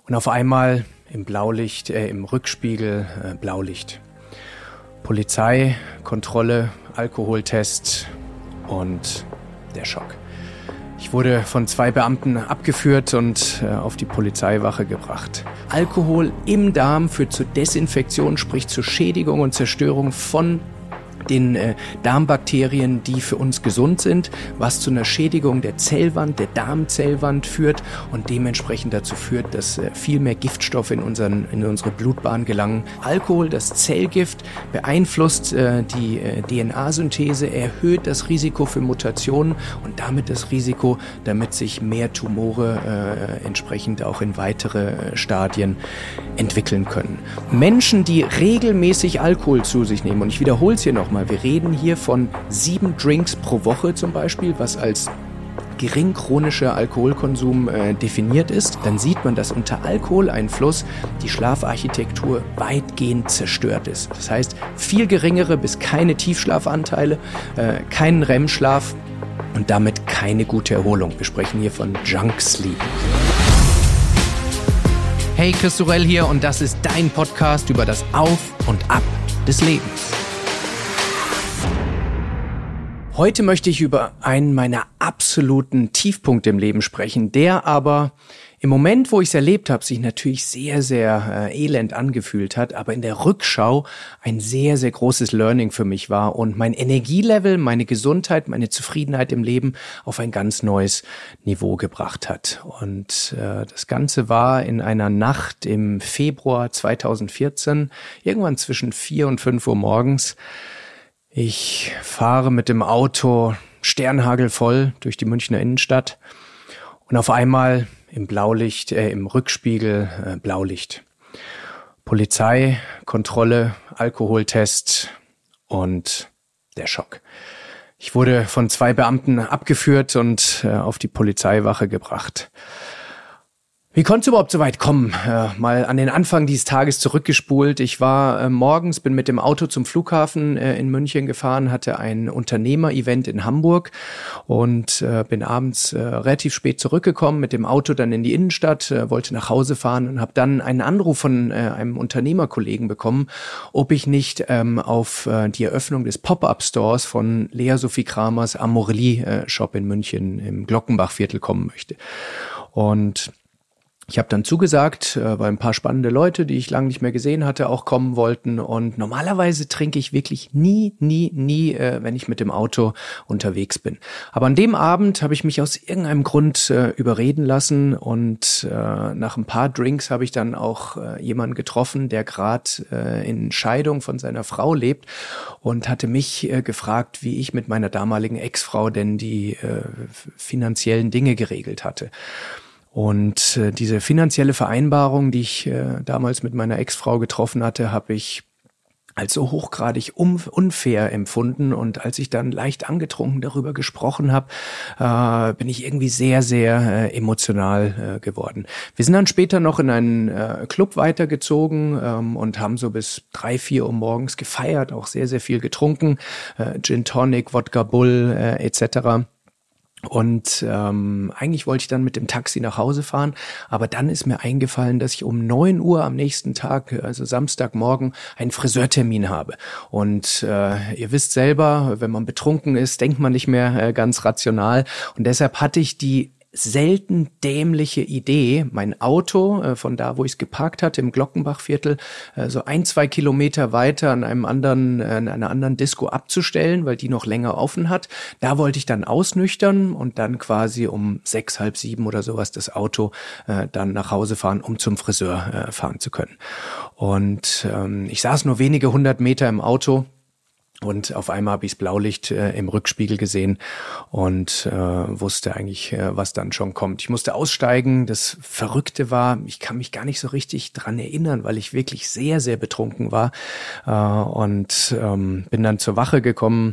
Und auf einmal im Blaulicht, im Rückspiegel Blaulicht. Polizei, Kontrolle, Alkoholtest und der Schock. Ich wurde von 2 Beamten abgeführt und auf die Polizeiwache gebracht. Alkohol im Darm führt zur Desinfektion, sprich zur Schädigung und Zerstörung von den Darmbakterien, die für uns gesund sind, was zu einer Schädigung der Zellwand, der Darmzellwand führt und dementsprechend dazu führt, dass viel mehr Giftstoffe in unsere Blutbahn gelangen. Alkohol, das Zellgift, beeinflusst die DNA-Synthese, erhöht das Risiko für Mutationen und damit das Risiko, damit sich mehr Tumore entsprechend auch in weitere Stadien entwickeln können. Menschen, die regelmäßig Alkohol zu sich nehmen, und ich wiederhole es hier nochmal, wir reden hier von 7 Drinks pro Woche zum Beispiel, was als gering chronischer Alkoholkonsum definiert ist, dann sieht man, dass unter Alkoholeinfluss die Schlafarchitektur weitgehend zerstört ist. Das heißt, viel geringere bis keine Tiefschlafanteile, keinen REM-Schlaf und damit keine gute Erholung. Wir sprechen hier von Junk Sleep. Hey, Chris Sorel hier und das ist dein Podcast über das Auf und Ab des Lebens. Heute möchte ich über einen meiner absoluten Tiefpunkte im Leben sprechen, der aber im Moment, wo ich es erlebt habe, sich natürlich sehr, sehr elend angefühlt hat, aber in der Rückschau ein sehr, sehr großes Learning für mich war und mein Energielevel, meine Gesundheit, meine Zufriedenheit im Leben auf ein ganz neues Niveau gebracht hat. Und das Ganze war in einer Nacht im Februar 2014, irgendwann zwischen 4 und 5 Uhr morgens. Ich fahre mit dem Auto sternhagelvoll durch die Münchner Innenstadt und auf einmal im Blaulicht, im Rückspiegel Blaulicht. Polizei, Kontrolle, Alkoholtest und der Schock. Ich wurde von 2 Beamten abgeführt und auf die Polizeiwache gebracht. Wie konnte es überhaupt so weit kommen? Mal an den Anfang dieses Tages zurückgespult. Ich war morgens, bin mit dem Auto zum Flughafen in München gefahren, hatte ein Unternehmer-Event in Hamburg und bin abends relativ spät zurückgekommen, mit dem Auto dann in die Innenstadt, wollte nach Hause fahren und habe dann einen Anruf von einem Unternehmerkollegen bekommen, ob ich nicht auf die Eröffnung des Pop-Up-Stores von Lea Sophie Kramers Amorelie-Shop in München im Glockenbachviertel kommen möchte. Und ich habe dann zugesagt, weil ein paar spannende Leute, die ich lange nicht mehr gesehen hatte, auch kommen wollten. Und normalerweise trinke ich wirklich nie, wenn ich mit dem Auto unterwegs bin. Aber an dem Abend habe ich mich aus irgendeinem Grund überreden lassen. Und nach ein paar Drinks habe ich dann auch jemanden getroffen, der gerade in Scheidung von seiner Frau lebt und hatte mich gefragt, wie ich mit meiner damaligen Ex-Frau denn die finanziellen Dinge geregelt hatte. Und diese finanzielle Vereinbarung, die ich damals mit meiner Ex-Frau getroffen hatte, habe ich als so hochgradig unfair empfunden. Und als ich dann leicht angetrunken darüber gesprochen habe, bin ich irgendwie sehr, sehr emotional geworden. Wir sind dann später noch in einen Club weitergezogen und haben so bis 3, 4 Uhr morgens gefeiert, auch sehr, sehr viel getrunken, Gin Tonic, Wodka Bull etc., Und eigentlich wollte ich dann mit dem Taxi nach Hause fahren, aber dann ist mir eingefallen, dass ich um 9 Uhr am nächsten Tag, also Samstagmorgen, einen Friseurtermin habe. Und ihr wisst selber, wenn man betrunken ist, denkt man nicht mehr ganz rational. Und deshalb hatte ich die selten dämliche Idee, mein Auto von da, wo ich es geparkt hatte, im Glockenbachviertel, so 1, 2 Kilometer weiter an einer anderen Disco abzustellen, weil die noch länger offen hat. Da wollte ich dann ausnüchtern und dann quasi um 6, halb 7 oder sowas das Auto dann nach Hause fahren, um zum Friseur fahren zu können. Und ich saß nur wenige 100 Meter im Auto. Und auf einmal habe ich das Blaulicht im Rückspiegel gesehen und wusste eigentlich, was dann schon kommt. Ich musste aussteigen. Das Verrückte war, ich kann mich gar nicht so richtig dran erinnern, weil ich wirklich sehr, sehr betrunken war. Und bin dann zur Wache gekommen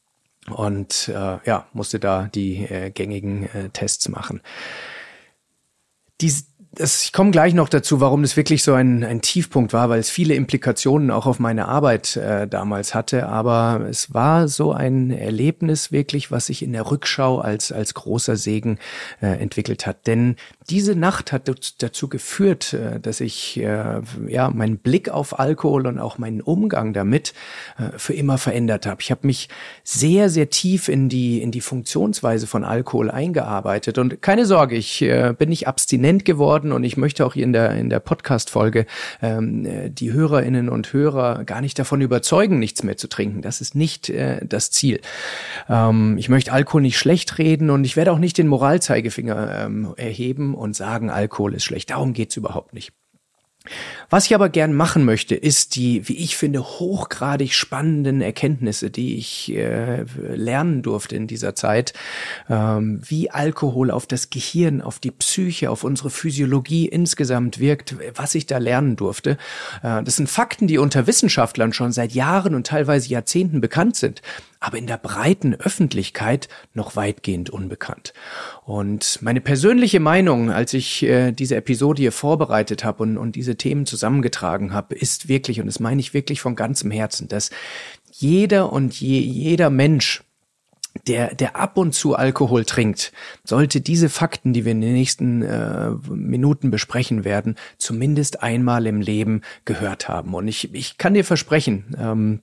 und musste da die gängigen Tests machen. Ich komme gleich noch dazu, warum das wirklich so ein Tiefpunkt war, weil es viele Implikationen auch auf meine Arbeit damals hatte. Aber es war so ein Erlebnis wirklich, was sich in der Rückschau als großer Segen entwickelt hat. Denn diese Nacht hat dazu geführt, dass ich meinen Blick auf Alkohol und auch meinen Umgang damit für immer verändert habe. Ich habe mich sehr, sehr tief in die Funktionsweise von Alkohol eingearbeitet. Und keine Sorge, ich bin nicht abstinent geworden und ich möchte auch hier in der Podcast-Folge die Hörerinnen und Hörer gar nicht davon überzeugen, nichts mehr zu trinken. Das ist nicht das Ziel. Ich möchte Alkohol nicht schlecht reden und ich werde auch nicht den Moralzeigefinger erheben und sagen, Alkohol ist schlecht. Darum geht's überhaupt nicht. Was ich aber gern machen möchte, ist die, wie ich finde, hochgradig spannenden Erkenntnisse, die ich lernen durfte in dieser Zeit, wie Alkohol auf das Gehirn, auf die Psyche, auf unsere Physiologie insgesamt wirkt, was ich da lernen durfte. Das sind Fakten, die unter Wissenschaftlern schon seit Jahren und teilweise Jahrzehnten bekannt sind, aber in der breiten Öffentlichkeit noch weitgehend unbekannt. Und meine persönliche Meinung, als ich diese Episode hier vorbereitet habe und diese Themen zusammengetragen habe, ist wirklich, und das meine ich wirklich von ganzem Herzen, dass jeder Mensch, der ab und zu Alkohol trinkt, sollte diese Fakten, die wir in den nächsten Minuten besprechen werden, zumindest einmal im Leben gehört haben. Und ich kann dir versprechen,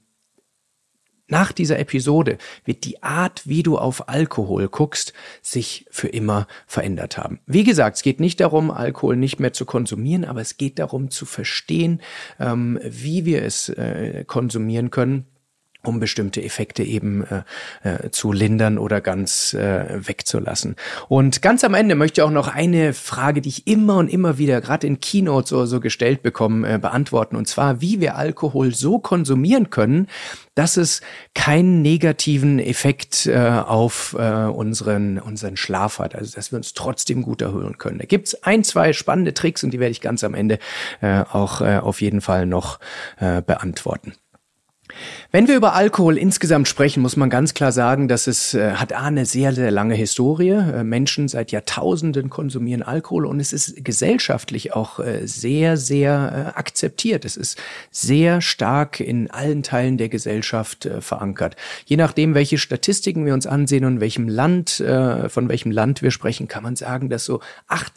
nach dieser Episode wird die Art, wie du auf Alkohol guckst, sich für immer verändert haben. Wie gesagt, es geht nicht darum, Alkohol nicht mehr zu konsumieren, aber es geht darum zu verstehen, wie wir es konsumieren können, um bestimmte Effekte eben zu lindern oder ganz wegzulassen. Und ganz am Ende möchte ich auch noch eine Frage, die ich immer und immer wieder, gerade in Keynotes oder so gestellt bekomme, beantworten. Und zwar, wie wir Alkohol so konsumieren können, dass es keinen negativen Effekt auf unseren Schlaf hat. Also, dass wir uns trotzdem gut erholen können. Da gibt's 2 spannende Tricks und die werde ich ganz am Ende auch auf jeden Fall noch beantworten. Wenn wir über Alkohol insgesamt sprechen, muss man ganz klar sagen, dass es hat eine sehr, sehr lange Historie. Menschen seit Jahrtausenden konsumieren Alkohol und es ist gesellschaftlich auch sehr, sehr akzeptiert. Es ist sehr stark in allen Teilen der Gesellschaft verankert. Je nachdem, welche Statistiken wir uns ansehen und von welchem Land wir sprechen, kann man sagen, dass so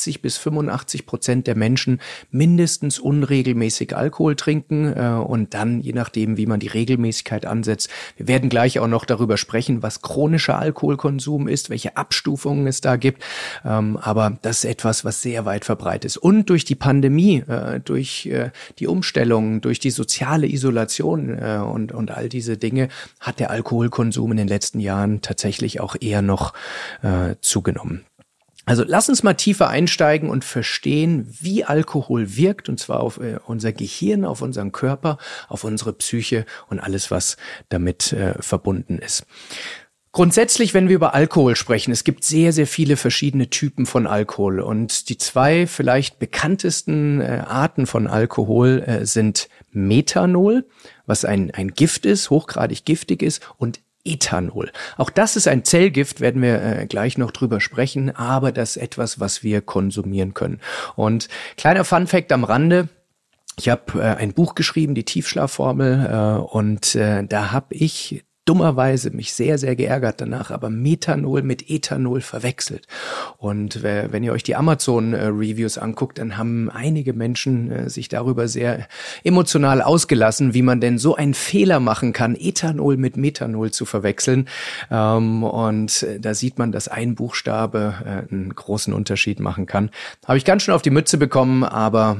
80-85% der Menschen mindestens unregelmäßig Alkohol trinken und dann, je nachdem, wie man die Regelmäßigkeit ansetzt. Wir werden gleich auch noch darüber sprechen, was chronischer Alkoholkonsum ist, welche Abstufungen es da gibt. Aber das ist etwas, was sehr weit verbreitet ist. Und durch die Pandemie, durch die Umstellung, durch die soziale Isolation und all diese Dinge hat der Alkoholkonsum in den letzten Jahren tatsächlich auch eher noch zugenommen. Also lass uns mal tiefer einsteigen und verstehen, wie Alkohol wirkt, und zwar auf unser Gehirn, auf unseren Körper, auf unsere Psyche und alles, was damit verbunden ist. Grundsätzlich, wenn wir über Alkohol sprechen, es gibt sehr, sehr viele verschiedene Typen von Alkohol und die 2 vielleicht bekanntesten Arten von Alkohol sind Methanol, was ein Gift ist, hochgradig giftig ist, und Ethanol. Auch das ist ein Zellgift, werden wir gleich noch drüber sprechen, aber das ist etwas, was wir konsumieren können. Und kleiner Funfact am Rande: Ich habe ein Buch geschrieben, die Tiefschlafformel, und da habe ich dummerweise mich sehr, sehr geärgert danach, aber Methanol mit Ethanol verwechselt. Und wenn ihr euch die Amazon-Reviews anguckt, dann haben einige Menschen sich darüber sehr emotional ausgelassen, wie man denn so einen Fehler machen kann, Ethanol mit Methanol zu verwechseln. Und da sieht man, dass ein Buchstabe einen großen Unterschied machen kann. Habe ich ganz schön auf die Mütze bekommen, aber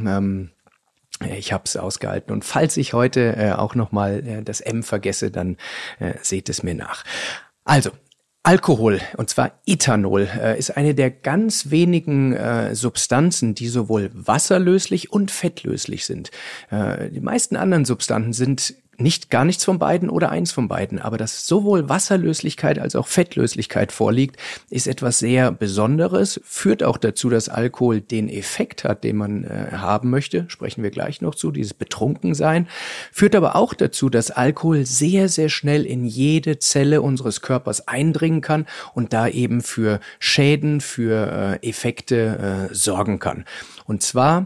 ich habe es ausgehalten. Und falls ich heute auch nochmal das M vergesse, dann seht es mir nach. Also, Alkohol, und zwar Ethanol, ist eine der ganz wenigen Substanzen, die sowohl wasserlöslich und fettlöslich sind. Die meisten anderen Substanzen sind nicht gar nichts von beiden oder eins von beiden, aber dass sowohl Wasserlöslichkeit als auch Fettlöslichkeit vorliegt, ist etwas sehr Besonderes, führt auch dazu, dass Alkohol den Effekt hat, den man haben möchte, sprechen wir gleich noch zu, dieses Betrunkensein, führt aber auch dazu, dass Alkohol sehr, sehr schnell in jede Zelle unseres Körpers eindringen kann und da eben für Schäden, für Effekte sorgen kann. Und zwar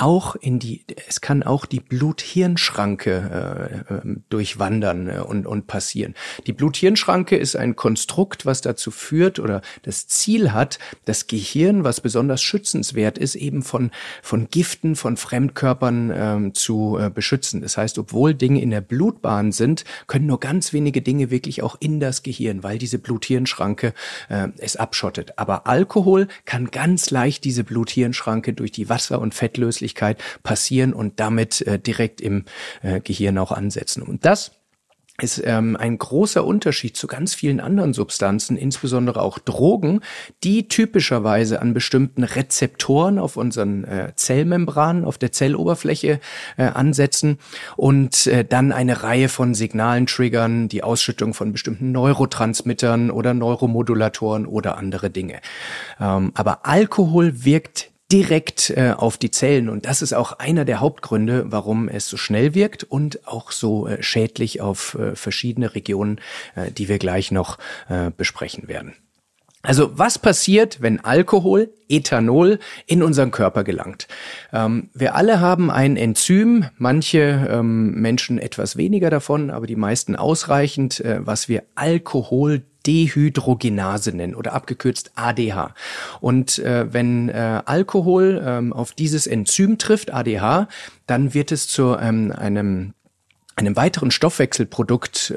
es kann auch die Blut-Hirn-Schranke durchwandern und passieren. Die Blut-Hirn-Schranke ist ein Konstrukt, was dazu führt oder das Ziel hat, das Gehirn, was besonders schützenswert ist, eben von Giften, von Fremdkörpern zu beschützen. Das heißt, obwohl Dinge in der Blutbahn sind, können nur ganz wenige Dinge wirklich auch in das Gehirn, weil diese Blut-Hirn-Schranke es abschottet. Aber Alkohol kann ganz leicht diese Blut-Hirn-Schranke durch die Wasser- und Fettlöslichkeit passieren und damit direkt im Gehirn auch ansetzen. Und das ist ein großer Unterschied zu ganz vielen anderen Substanzen, insbesondere auch Drogen, die typischerweise an bestimmten Rezeptoren auf unseren Zellmembranen, auf der Zelloberfläche ansetzen und dann eine Reihe von Signalen triggern, die Ausschüttung von bestimmten Neurotransmittern oder Neuromodulatoren oder andere Dinge. Aber Alkohol wirkt direkt auf die Zellen und das ist auch einer der Hauptgründe, warum es so schnell wirkt und auch so schädlich auf verschiedene Regionen, die wir gleich noch besprechen werden. Also was passiert, wenn Alkohol, Ethanol, in unseren Körper gelangt? Wir alle haben ein Enzym, manche Menschen etwas weniger davon, aber die meisten ausreichend, was wir Alkoholdehydrogenase nennen oder abgekürzt ADH. Und wenn Alkohol auf dieses Enzym trifft, ADH, dann wird es zu einem weiteren Stoffwechselprodukt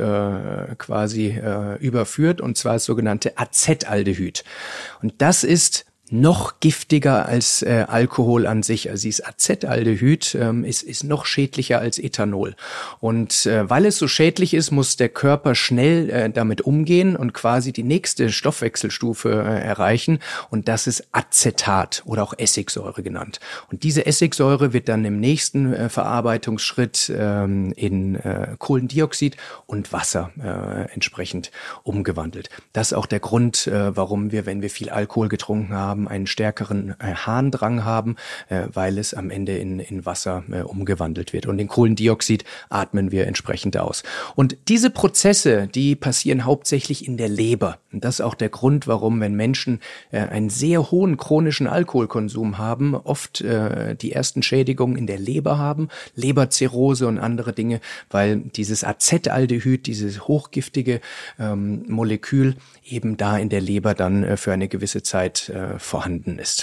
überführt, und zwar das sogenannte Acetaldehyd. Und das ist noch giftiger als Alkohol an sich. Also dieses Acetaldehyd ist noch schädlicher als Ethanol. Und weil es so schädlich ist, muss der Körper schnell damit umgehen und quasi die nächste Stoffwechselstufe erreichen. Und das ist Acetat oder auch Essigsäure genannt. Und diese Essigsäure wird dann im nächsten Verarbeitungsschritt in Kohlendioxid und Wasser entsprechend umgewandelt. Das ist auch der Grund, warum wir, wenn wir viel Alkohol getrunken haben, einen stärkeren Harndrang haben, weil es am Ende in Wasser umgewandelt wird. Und den Kohlendioxid atmen wir entsprechend aus. Und diese Prozesse, die passieren hauptsächlich in der Leber. Und das ist auch der Grund, warum, wenn Menschen einen sehr hohen chronischen Alkoholkonsum haben, oft die ersten Schädigungen in der Leber haben, Leberzirrhose und andere Dinge, weil dieses Acetaldehyd, dieses hochgiftige Molekül eben da in der Leber dann für eine gewisse Zeit vorhanden ist.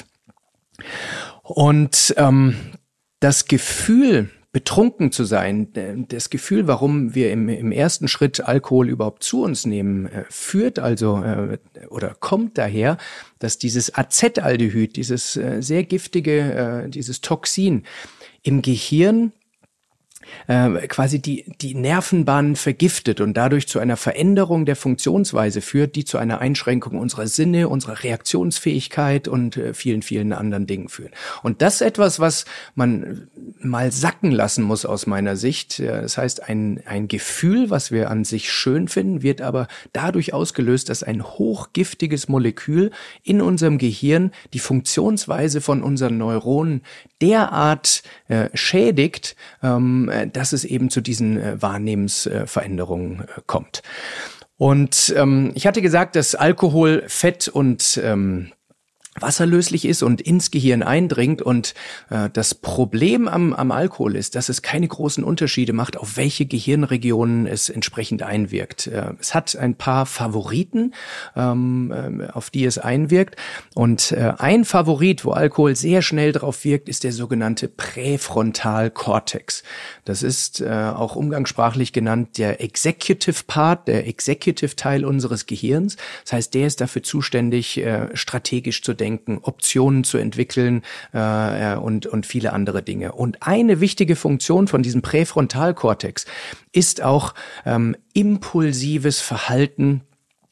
Und das Gefühl, betrunken zu sein, das Gefühl, warum wir im ersten Schritt Alkohol überhaupt zu uns nehmen, führt also oder kommt daher, dass dieses Acetaldehyd, dieses sehr giftige, dieses Toxin im Gehirn quasi die Nervenbahnen vergiftet und dadurch zu einer Veränderung der Funktionsweise führt, die zu einer Einschränkung unserer Sinne, unserer Reaktionsfähigkeit und vielen, vielen anderen Dingen führen. Und das ist etwas, was man mal sacken lassen muss aus meiner Sicht. Das heißt, ein Gefühl, was wir an sich schön finden, wird aber dadurch ausgelöst, dass ein hochgiftiges Molekül in unserem Gehirn die Funktionsweise von unseren Neuronen derart schädigt, dass es eben zu diesen Wahrnehmensveränderungen kommt. Und ich hatte gesagt, dass Alkohol, Fett und wasserlöslich ist und ins Gehirn eindringt, und das Problem am Alkohol ist, dass es keine großen Unterschiede macht, auf welche Gehirnregionen es entsprechend einwirkt. Es hat ein paar Favoriten, auf die es einwirkt, und ein Favorit, wo Alkohol sehr schnell drauf wirkt, ist der sogenannte Präfrontalkortex. Das ist auch umgangssprachlich genannt der Executive Part, der Executive-Teil unseres Gehirns. Das heißt, der ist dafür zuständig, strategisch zu denken, Optionen zu entwickeln und viele andere Dinge. Und eine wichtige Funktion von diesem Präfrontalkortex ist auch impulsives Verhalten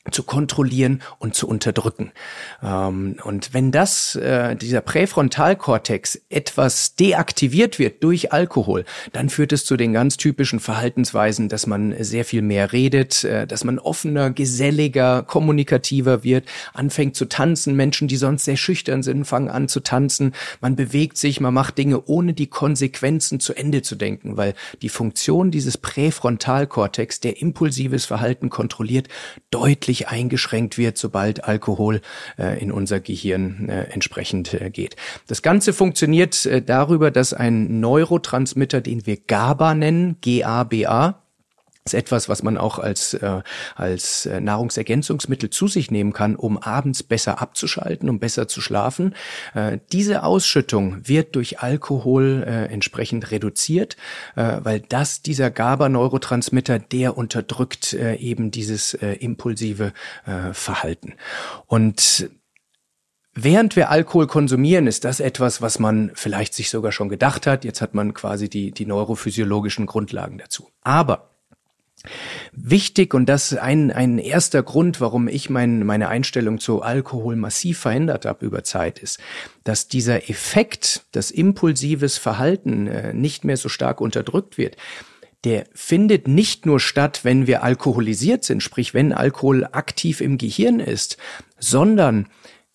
zu kontrollieren und zu unterdrücken. Und wenn dieser Präfrontalkortex etwas deaktiviert wird durch Alkohol, dann führt es zu den ganz typischen Verhaltensweisen, dass man sehr viel mehr redet, dass man offener, geselliger, kommunikativer wird, anfängt zu tanzen. Menschen, die sonst sehr schüchtern sind, fangen an zu tanzen. Man bewegt sich, man macht Dinge, ohne die Konsequenzen zu Ende zu denken, weil die Funktion dieses Präfrontalkortex, der impulsives Verhalten kontrolliert, deutlich eingeschränkt wird, sobald Alkohol in unser Gehirn entsprechend geht. Das Ganze funktioniert darüber, dass ein Neurotransmitter, den wir GABA nennen, GABA, ist etwas, was man auch als Nahrungsergänzungsmittel zu sich nehmen kann, um abends besser abzuschalten, um besser zu schlafen. Diese Ausschüttung wird durch Alkohol entsprechend reduziert, weil dieser GABA-Neurotransmitter, der unterdrückt eben dieses impulsive Verhalten. Und während wir Alkohol konsumieren, ist das etwas, was man vielleicht sich sogar schon gedacht hat. Jetzt hat man quasi die neurophysiologischen Grundlagen dazu. Aber wichtig, und das ist ein erster Grund, warum ich meine Einstellung zu Alkohol massiv verändert habe über Zeit, ist, dass dieser Effekt, das impulsives Verhalten nicht mehr so stark unterdrückt wird. Der findet nicht nur statt, wenn wir alkoholisiert sind, sprich wenn Alkohol aktiv im Gehirn ist, sondern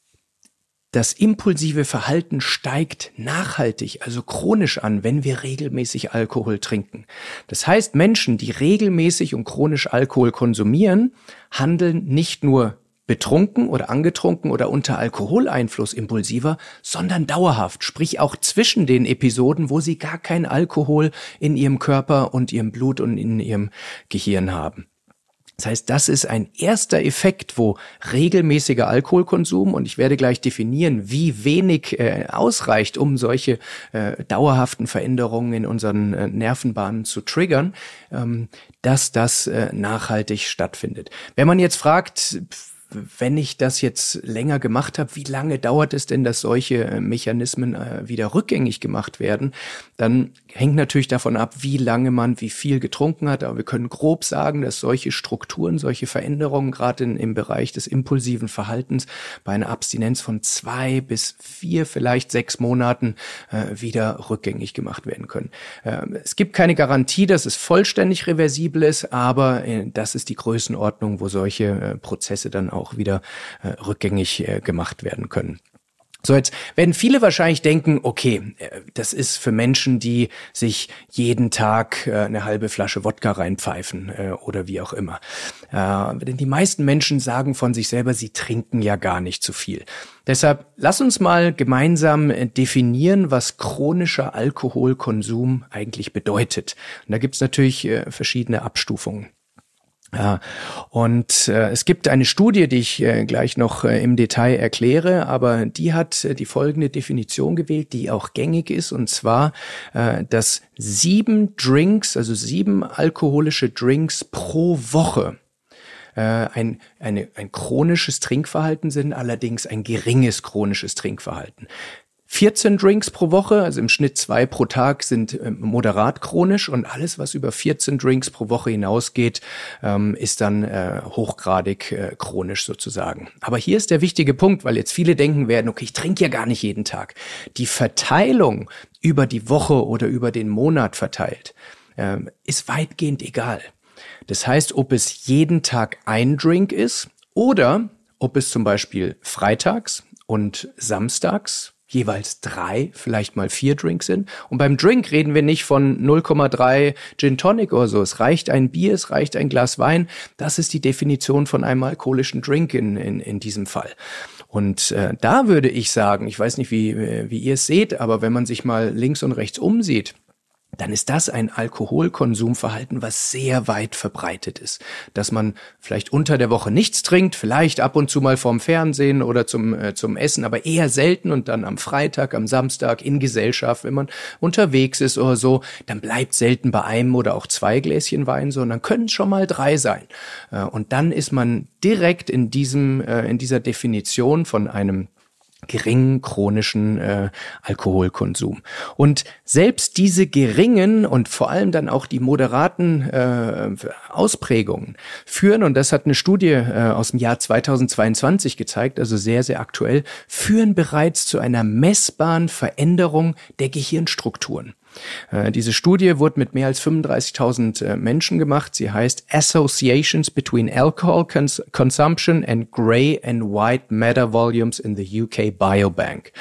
das impulsive Verhalten steigt nachhaltig, also chronisch an, wenn wir regelmäßig Alkohol trinken. Das heißt, Menschen, die regelmäßig und chronisch Alkohol konsumieren, handeln nicht nur betrunken oder angetrunken oder unter Alkoholeinfluss impulsiver, sondern dauerhaft, sprich auch zwischen den Episoden, wo sie gar kein Alkohol in ihrem Körper und ihrem Blut und in ihrem Gehirn haben. Das heißt, das ist ein erster Effekt, wo regelmäßiger Alkoholkonsum, und ich werde gleich definieren, wie wenig ausreicht, um solche dauerhaften Veränderungen in unseren Nervenbahnen zu triggern, dass das nachhaltig stattfindet. Wenn man jetzt fragt, wenn ich das jetzt länger gemacht habe, wie lange dauert es denn, dass solche Mechanismen wieder rückgängig gemacht werden? Dann hängt natürlich davon ab, wie lange man wie viel getrunken hat. Aber wir können grob sagen, dass solche Strukturen, solche Veränderungen gerade im Bereich des impulsiven Verhaltens bei einer Abstinenz von 2 bis 4, vielleicht 6 Monaten wieder rückgängig gemacht werden können. Es gibt keine Garantie, dass es vollständig reversibel ist, aber das ist die Größenordnung, wo solche Prozesse dann auch wieder rückgängig gemacht werden können. So, jetzt werden viele wahrscheinlich denken, okay, das ist für Menschen, die sich jeden Tag eine halbe Flasche Wodka reinpfeifen oder wie auch immer. Denn die meisten Menschen sagen von sich selber, sie trinken ja gar nicht zu viel. Deshalb lass uns mal gemeinsam definieren, was chronischer Alkoholkonsum eigentlich bedeutet. Und da gibt's natürlich verschiedene Abstufungen. Ja, und es gibt eine Studie, die ich gleich noch im Detail erkläre, aber die hat die folgende Definition gewählt, die auch gängig ist, und zwar, dass 7 Drinks, also 7 alkoholische Drinks pro Woche ein chronisches Trinkverhalten sind, allerdings ein geringes chronisches Trinkverhalten. 14 Drinks pro Woche, also im Schnitt 2 pro Tag, sind moderat chronisch, und alles, was über 14 Drinks pro Woche hinausgeht, ist dann hochgradig chronisch sozusagen. Aber hier ist der wichtige Punkt, weil jetzt viele denken werden, okay, ich trinke ja gar nicht jeden Tag. Die Verteilung über die Woche oder über den Monat verteilt ist weitgehend egal. Das heißt, ob es jeden Tag ein Drink ist oder ob es zum Beispiel freitags und samstags jeweils 3, vielleicht mal 4 Drinks sind. Und beim Drink reden wir nicht von 0,3 Gin Tonic oder so. Es reicht ein Bier, es reicht ein Glas Wein. Das ist die Definition von einem alkoholischen Drink in diesem Fall. Und da würde ich sagen, ich weiß nicht, wie ihr es seht, aber wenn man sich mal links und rechts umsieht, dann ist das ein Alkoholkonsumverhalten, was sehr weit verbreitet ist. Dass man vielleicht unter der Woche nichts trinkt, vielleicht ab und zu mal vorm Fernsehen oder zum Essen, aber eher selten, und dann am Freitag, am Samstag in Gesellschaft, wenn man unterwegs ist oder so, dann bleibt selten bei einem oder auch 2 Gläschen Wein, sondern können es schon mal 3 sein. Und dann ist man direkt in dieser Definition von einem geringen chronischen Alkoholkonsum. Und selbst diese geringen und vor allem dann auch die moderaten Ausprägungen führen, und das hat eine Studie aus dem Jahr 2022 gezeigt, also sehr, sehr aktuell, führen bereits zu einer messbaren Veränderung der Gehirnstrukturen. Diese Studie wurde mit mehr als 35.000 Menschen gemacht. Sie heißt Associations between Alcohol Consumption and Grey and White Matter Volumes in the UK Biobank.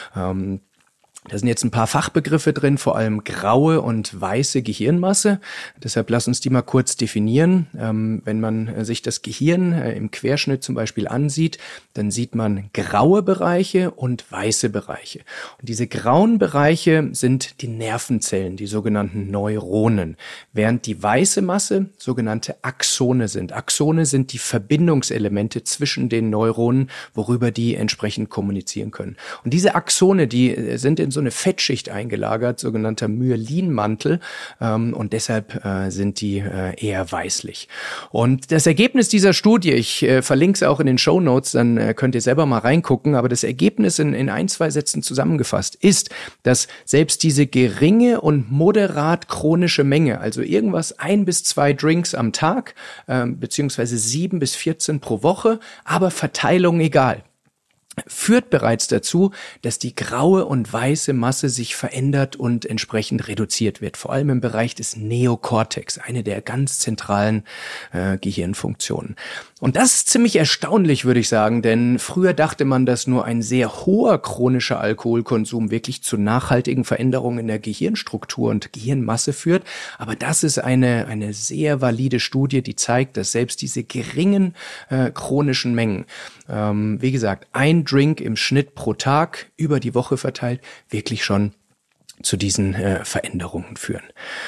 Da sind jetzt ein paar Fachbegriffe drin, vor allem graue und weiße Gehirnmasse. Deshalb lass uns die mal kurz definieren. Wenn man sich das Gehirn im Querschnitt zum Beispiel ansieht, dann sieht man graue Bereiche und weiße Bereiche. Und diese grauen Bereiche sind die Nervenzellen, die sogenannten Neuronen, während die weiße Masse sogenannte Axone sind. Axone sind die Verbindungselemente zwischen den Neuronen, worüber die entsprechend kommunizieren können. Und diese Axone, die sind in so eine Fettschicht eingelagert, sogenannter Myelinmantel, und deshalb sind die eher weißlich. Und das Ergebnis dieser Studie, ich verlinke es auch in den Shownotes, dann könnt ihr selber mal reingucken, aber das Ergebnis in 1-2 Sätzen zusammengefasst ist, dass selbst diese geringe und moderat chronische Menge, also irgendwas 1 bis 2 Drinks am Tag, beziehungsweise 7 bis 14 pro Woche, aber Verteilung egal, führt bereits dazu, dass die graue und weiße Masse sich verändert und entsprechend reduziert wird, vor allem im Bereich des Neokortex, eine der ganz zentralen Gehirnfunktionen. Und das ist ziemlich erstaunlich, würde ich sagen, denn früher dachte man, dass nur ein sehr hoher chronischer Alkoholkonsum wirklich zu nachhaltigen Veränderungen in der Gehirnstruktur und Gehirnmasse führt. Aber das ist eine sehr valide Studie, die zeigt, dass selbst diese geringen chronischen Mengen, wie gesagt, ein Drink im Schnitt pro Tag über die Woche verteilt, wirklich schon zu diesen Veränderungen führen.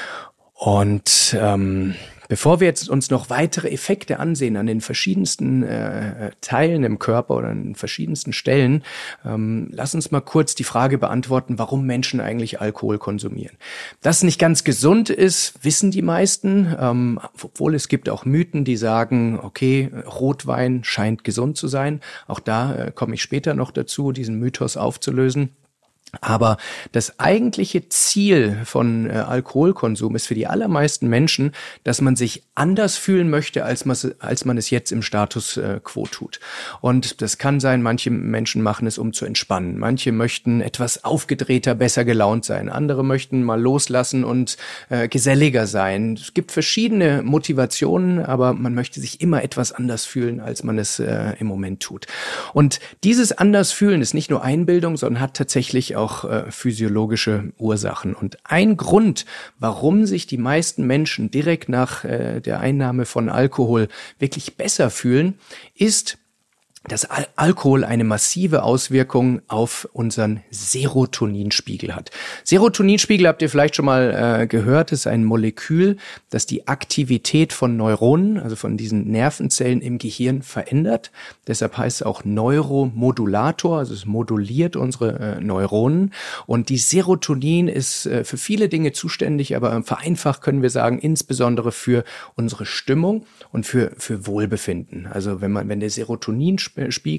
Und bevor wir jetzt uns noch weitere Effekte ansehen an den verschiedensten Teilen im Körper oder an den verschiedensten Stellen, lass uns mal kurz die Frage beantworten, warum Menschen eigentlich Alkohol konsumieren. Dass es nicht ganz gesund ist, wissen die meisten, obwohl es gibt auch Mythen, die sagen, okay, Rotwein scheint gesund zu sein. Auch da komme ich später noch dazu, diesen Mythos aufzulösen. Aber das eigentliche Ziel von Alkoholkonsum ist für die allermeisten Menschen, dass man sich anders fühlen möchte, als man es jetzt im Status quo tut. Und das kann sein, manche Menschen machen es, um zu entspannen. Manche möchten etwas aufgedrehter, besser gelaunt sein. Andere möchten mal loslassen und geselliger sein. Es gibt verschiedene Motivationen, aber man möchte sich immer etwas anders fühlen, als man es im Moment tut. Und dieses Andersfühlen ist nicht nur Einbildung, sondern hat tatsächlich auch physiologische Ursachen. Und ein Grund, warum sich die meisten Menschen direkt nach der Einnahme von Alkohol wirklich besser fühlen, ist, dass Alkohol eine massive Auswirkung auf unseren Serotoninspiegel hat. Serotoninspiegel habt ihr vielleicht schon mal gehört, ist ein Molekül, das die Aktivität von Neuronen, also von diesen Nervenzellen im Gehirn verändert. Deshalb heißt es auch Neuromodulator, also es moduliert unsere Neuronen. Und die Serotonin ist für viele Dinge zuständig, aber vereinfacht können wir sagen, insbesondere für unsere Stimmung und für Wohlbefinden. Also wenn der Serotoninspiegel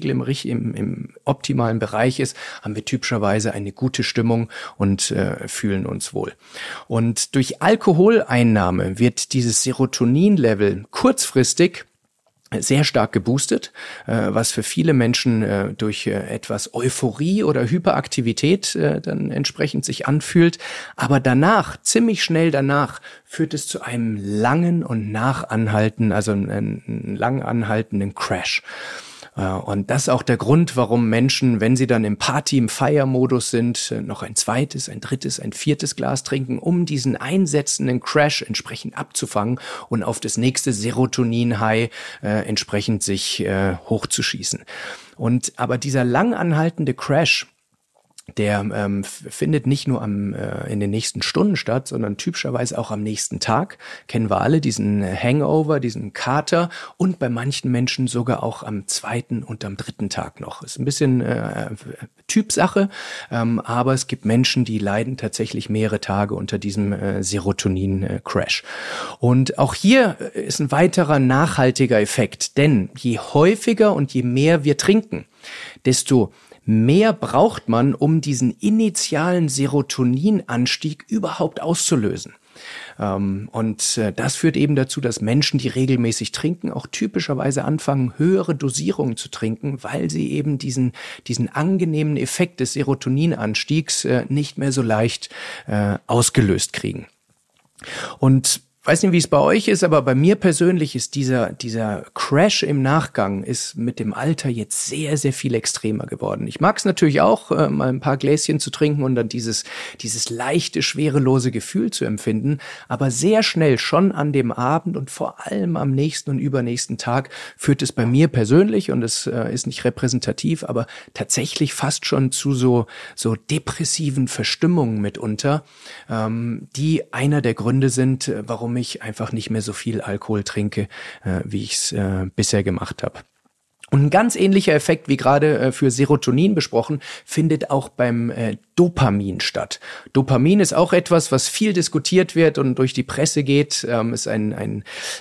im optimalen Bereich ist, haben wir typischerweise eine gute Stimmung und fühlen uns wohl. Und durch Alkoholeinnahme wird dieses Serotonin-Level kurzfristig sehr stark geboostet, was für viele Menschen durch etwas Euphorie oder Hyperaktivität dann entsprechend sich anfühlt. Aber danach, ziemlich schnell danach, führt es zu einem langen und nachanhaltenden, also einen lang anhaltenden Crash. Und das ist auch der Grund, warum Menschen, wenn sie dann im Feier-Modus sind, noch ein zweites, ein drittes, ein viertes Glas trinken, um diesen einsetzenden Crash entsprechend abzufangen und auf das nächste Serotonin-High entsprechend sich hochzuschießen. Aber dieser lang anhaltende Crash, der findet nicht nur in den nächsten Stunden statt, sondern typischerweise auch am nächsten Tag. Kennen wir alle diesen Hangover, diesen Kater und bei manchen Menschen sogar auch am 2. und am 3. Tag noch. Ist ein bisschen Typsache, aber es gibt Menschen, die leiden tatsächlich mehrere Tage unter diesem Serotonin-Crash. Und auch hier ist ein weiterer nachhaltiger Effekt, denn je häufiger und je mehr wir trinken, desto mehr braucht man, um diesen initialen Serotoninanstieg überhaupt auszulösen. Und das führt eben dazu, dass Menschen, die regelmäßig trinken, auch typischerweise anfangen, höhere Dosierungen zu trinken, weil sie eben diesen angenehmen Effekt des Serotoninanstiegs nicht mehr so leicht ausgelöst kriegen. Und weiß nicht, wie es bei euch ist, aber bei mir persönlich ist dieser Crash im Nachgang ist mit dem Alter jetzt sehr, sehr viel extremer geworden. Ich mag es natürlich auch, mal ein paar Gläschen zu trinken und dann dieses leichte, schwerelose Gefühl zu empfinden, aber sehr schnell schon an dem Abend und vor allem am nächsten und übernächsten Tag führt es bei mir persönlich, und es ist nicht repräsentativ, aber tatsächlich fast schon zu so depressiven Verstimmungen mitunter, die einer der Gründe sind, warum ich einfach nicht mehr so viel Alkohol trinke, wie ich es bisher gemacht habe. Und ein ganz ähnlicher Effekt, wie gerade für Serotonin besprochen, findet auch beim Dopamin statt. Dopamin ist auch etwas, was viel diskutiert wird und durch die Presse geht. Ist eine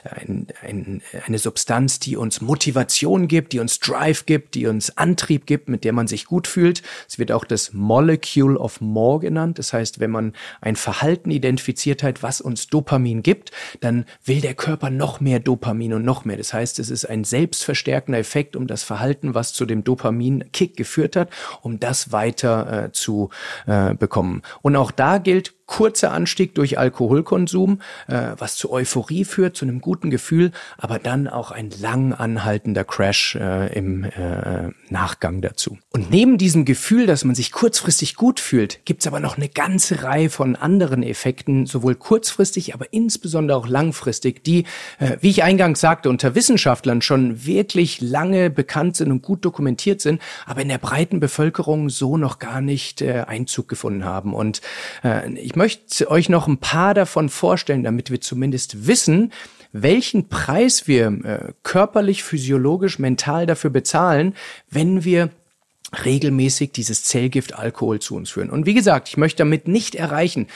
Substanz, die uns Motivation gibt, die uns Drive gibt, die uns Antrieb gibt, mit der man sich gut fühlt. Es wird auch das Molecule of More genannt. Das heißt, wenn man ein Verhalten identifiziert hat, was uns Dopamin gibt, dann will der Körper noch mehr Dopamin und noch mehr. Das heißt, es ist ein selbstverstärkender Effekt, um das Verhalten, was zu dem Dopamin-Kick geführt hat, um das weiter zu bekommen. Und auch da gilt, kurzer Anstieg durch Alkoholkonsum, was zu Euphorie führt, zu einem guten Gefühl, aber dann auch ein lang anhaltender Crash im Nachgang dazu. Und neben diesem Gefühl, dass man sich kurzfristig gut fühlt, gibt's aber noch eine ganze Reihe von anderen Effekten, sowohl kurzfristig, aber insbesondere auch langfristig, die, wie ich eingangs sagte, unter Wissenschaftlern schon wirklich lange bekannt sind und gut dokumentiert sind, aber in der breiten Bevölkerung so noch gar nicht Einzug gefunden haben. Und ich möchte euch noch ein paar davon vorstellen, damit wir zumindest wissen, welchen Preis wir körperlich, physiologisch, mental dafür bezahlen, wenn wir regelmäßig dieses Zellgift Alkohol zu uns führen. Und wie gesagt, ich möchte damit nicht erreichen,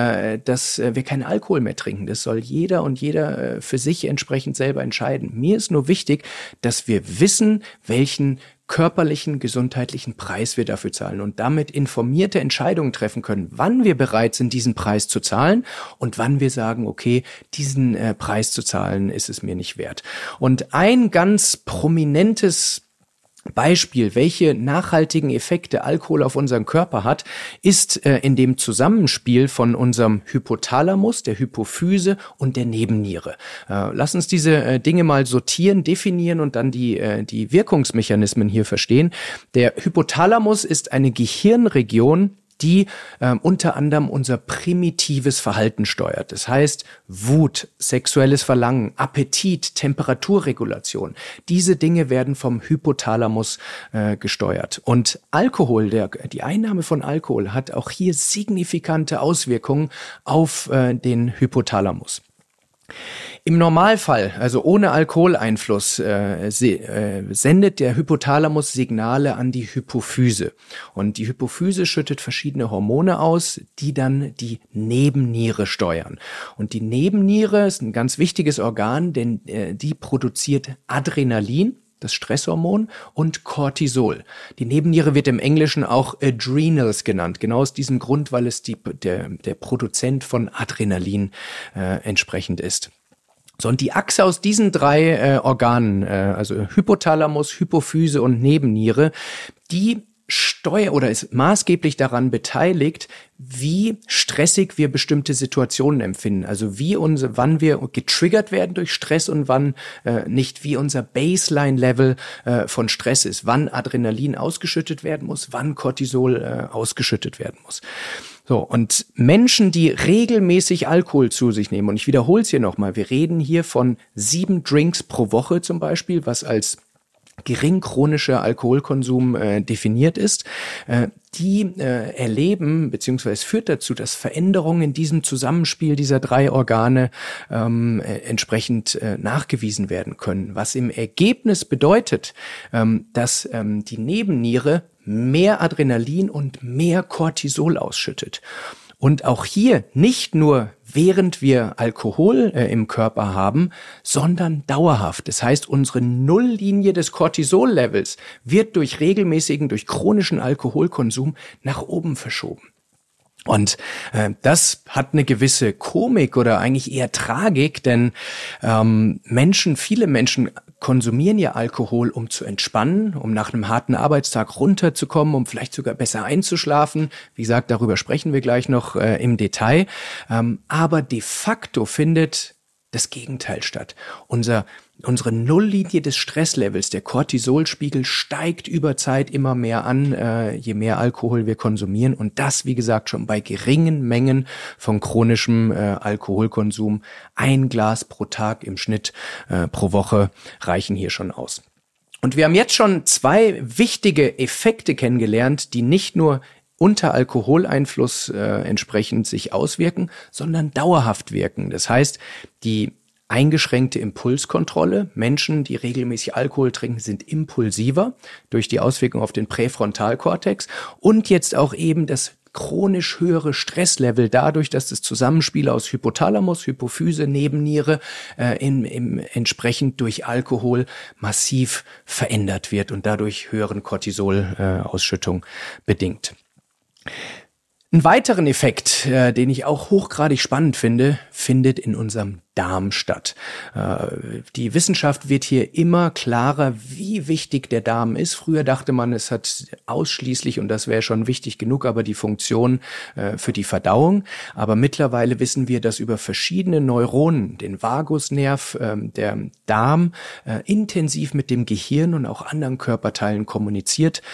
dass wir keinen Alkohol mehr trinken. Das soll jeder für sich entsprechend selber entscheiden. Mir ist nur wichtig, dass wir wissen, welchen körperlichen, gesundheitlichen Preis wir dafür zahlen und damit informierte Entscheidungen treffen können, wann wir bereit sind, diesen Preis zu zahlen und wann wir sagen, okay, diesen Preis zu zahlen, ist es mir nicht wert. Und ein ganz prominentes Beispiel, welche nachhaltigen Effekte Alkohol auf unseren Körper hat, ist in dem Zusammenspiel von unserem Hypothalamus, der Hypophyse und der Nebenniere. Lass uns diese Dinge mal sortieren, definieren und dann die Wirkungsmechanismen hier verstehen. Der Hypothalamus ist eine Gehirnregion, die unter anderem unser primitives Verhalten steuert. Das heißt, Wut, sexuelles Verlangen, Appetit, Temperaturregulation. Diese Dinge werden vom Hypothalamus gesteuert. Und Alkohol, die Einnahme von Alkohol hat auch hier signifikante Auswirkungen auf den Hypothalamus. Im Normalfall, also ohne Alkoholeinfluss, sendet der Hypothalamus Signale an die Hypophyse. Und die Hypophyse schüttet verschiedene Hormone aus, die dann die Nebenniere steuern. Und die Nebenniere ist ein ganz wichtiges Organ, denn die produziert Adrenalin, das Stresshormon, und Cortisol. Die Nebenniere wird im Englischen auch Adrenals genannt, genau aus diesem Grund, weil es der Produzent von Adrenalin entsprechend ist. So, und die Achse aus diesen drei Organen, also Hypothalamus, Hypophyse und Nebenniere, die ist maßgeblich daran beteiligt, wie stressig wir bestimmte Situationen empfinden. Also wann wir getriggert werden durch Stress und wann nicht, wie unser Baseline-Level von Stress ist, wann Adrenalin ausgeschüttet werden muss, wann Cortisol ausgeschüttet werden muss. So, und Menschen, die regelmäßig Alkohol zu sich nehmen, und ich wiederhole es hier nochmal, wir reden hier von 7 Drinks pro Woche zum Beispiel, was als gering chronischer Alkoholkonsum definiert ist, die erleben, beziehungsweise es führt dazu, dass Veränderungen in diesem Zusammenspiel dieser 3 Organe entsprechend nachgewiesen werden können, was im Ergebnis bedeutet, dass die Nebenniere mehr Adrenalin und mehr Cortisol ausschüttet. Und auch hier nicht nur während wir Alkohol im Körper haben, sondern dauerhaft. Das heißt, unsere Nulllinie des Cortisol-Levels wird durch chronischen Alkoholkonsum nach oben verschoben. Und das hat eine gewisse Komik oder eigentlich eher Tragik, denn viele Menschen konsumieren ja Alkohol, um zu entspannen, um nach einem harten Arbeitstag runterzukommen, um vielleicht sogar besser einzuschlafen. Wie gesagt, darüber sprechen wir gleich noch im Detail. Aber de facto findet das Gegenteil statt. Unsere Nulllinie des Stresslevels, der Cortisolspiegel steigt über Zeit immer mehr an, je mehr Alkohol wir konsumieren. Und das, wie gesagt, schon bei geringen Mengen von chronischem Alkoholkonsum. 1 Glas pro Tag im Schnitt pro Woche reichen hier schon aus. Und wir haben jetzt schon 2 wichtige Effekte kennengelernt, die nicht nur unter Alkoholeinfluss entsprechend sich auswirken, sondern dauerhaft wirken. Das heißt, die eingeschränkte Impulskontrolle. Menschen, die regelmäßig Alkohol trinken, sind impulsiver durch die Auswirkung auf den Präfrontalkortex und jetzt auch eben das chronisch höhere Stresslevel dadurch, dass das Zusammenspiel aus Hypothalamus, Hypophyse, Nebenniere entsprechend durch Alkohol massiv verändert wird und dadurch höheren Cortisolausschüttung bedingt. Einen weiteren Effekt, den ich auch hochgradig spannend finde, findet in unserem Darm statt. Die Wissenschaft wird hier immer klarer, wie wichtig der Darm ist. Früher dachte man, es hat ausschließlich, und das wäre schon wichtig genug, aber die Funktion für die Verdauung. Aber mittlerweile wissen wir, dass über verschiedene Neuronen, den Vagusnerv, der Darm intensiv mit dem Gehirn und auch anderen Körperteilen kommuniziert